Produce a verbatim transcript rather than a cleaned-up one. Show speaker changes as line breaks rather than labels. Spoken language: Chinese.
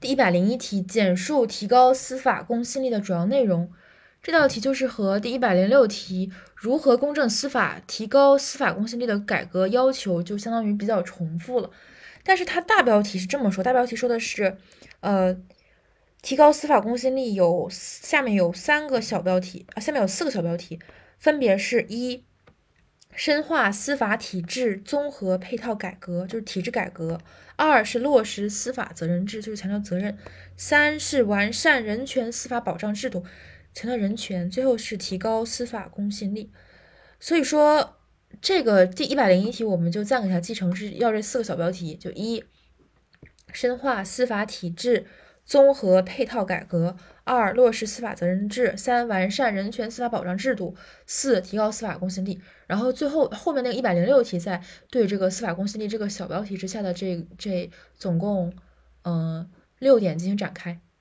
第一百零一题，简述提高司法公信力的主要内容。这道题就是和第一百零六题如何公正司法、提高司法公信力的改革要求就相当于比较重复了。但是它大标题是这么说，大标题说的是，呃，提高司法公信力有下面有三个小标题啊，下面有四个小标题，分别是一。深化司法体制综合配套改革，就是体制改革；二是落实司法责任制，就是强调责任；三是完善人权司法保障制度，强调人权；最后是提高司法公信力。所以说，这个第一百零一题我们就暂给它记成是要这四个小标题，就一，深化司法体制综合配套改革；二、落实司法责任制；三、完善人权司法保障制度；四、提高司法公信力。然后最后后面那个一百零六题在对这个司法公信力这个小标题之下的这这总共嗯六点进行展开。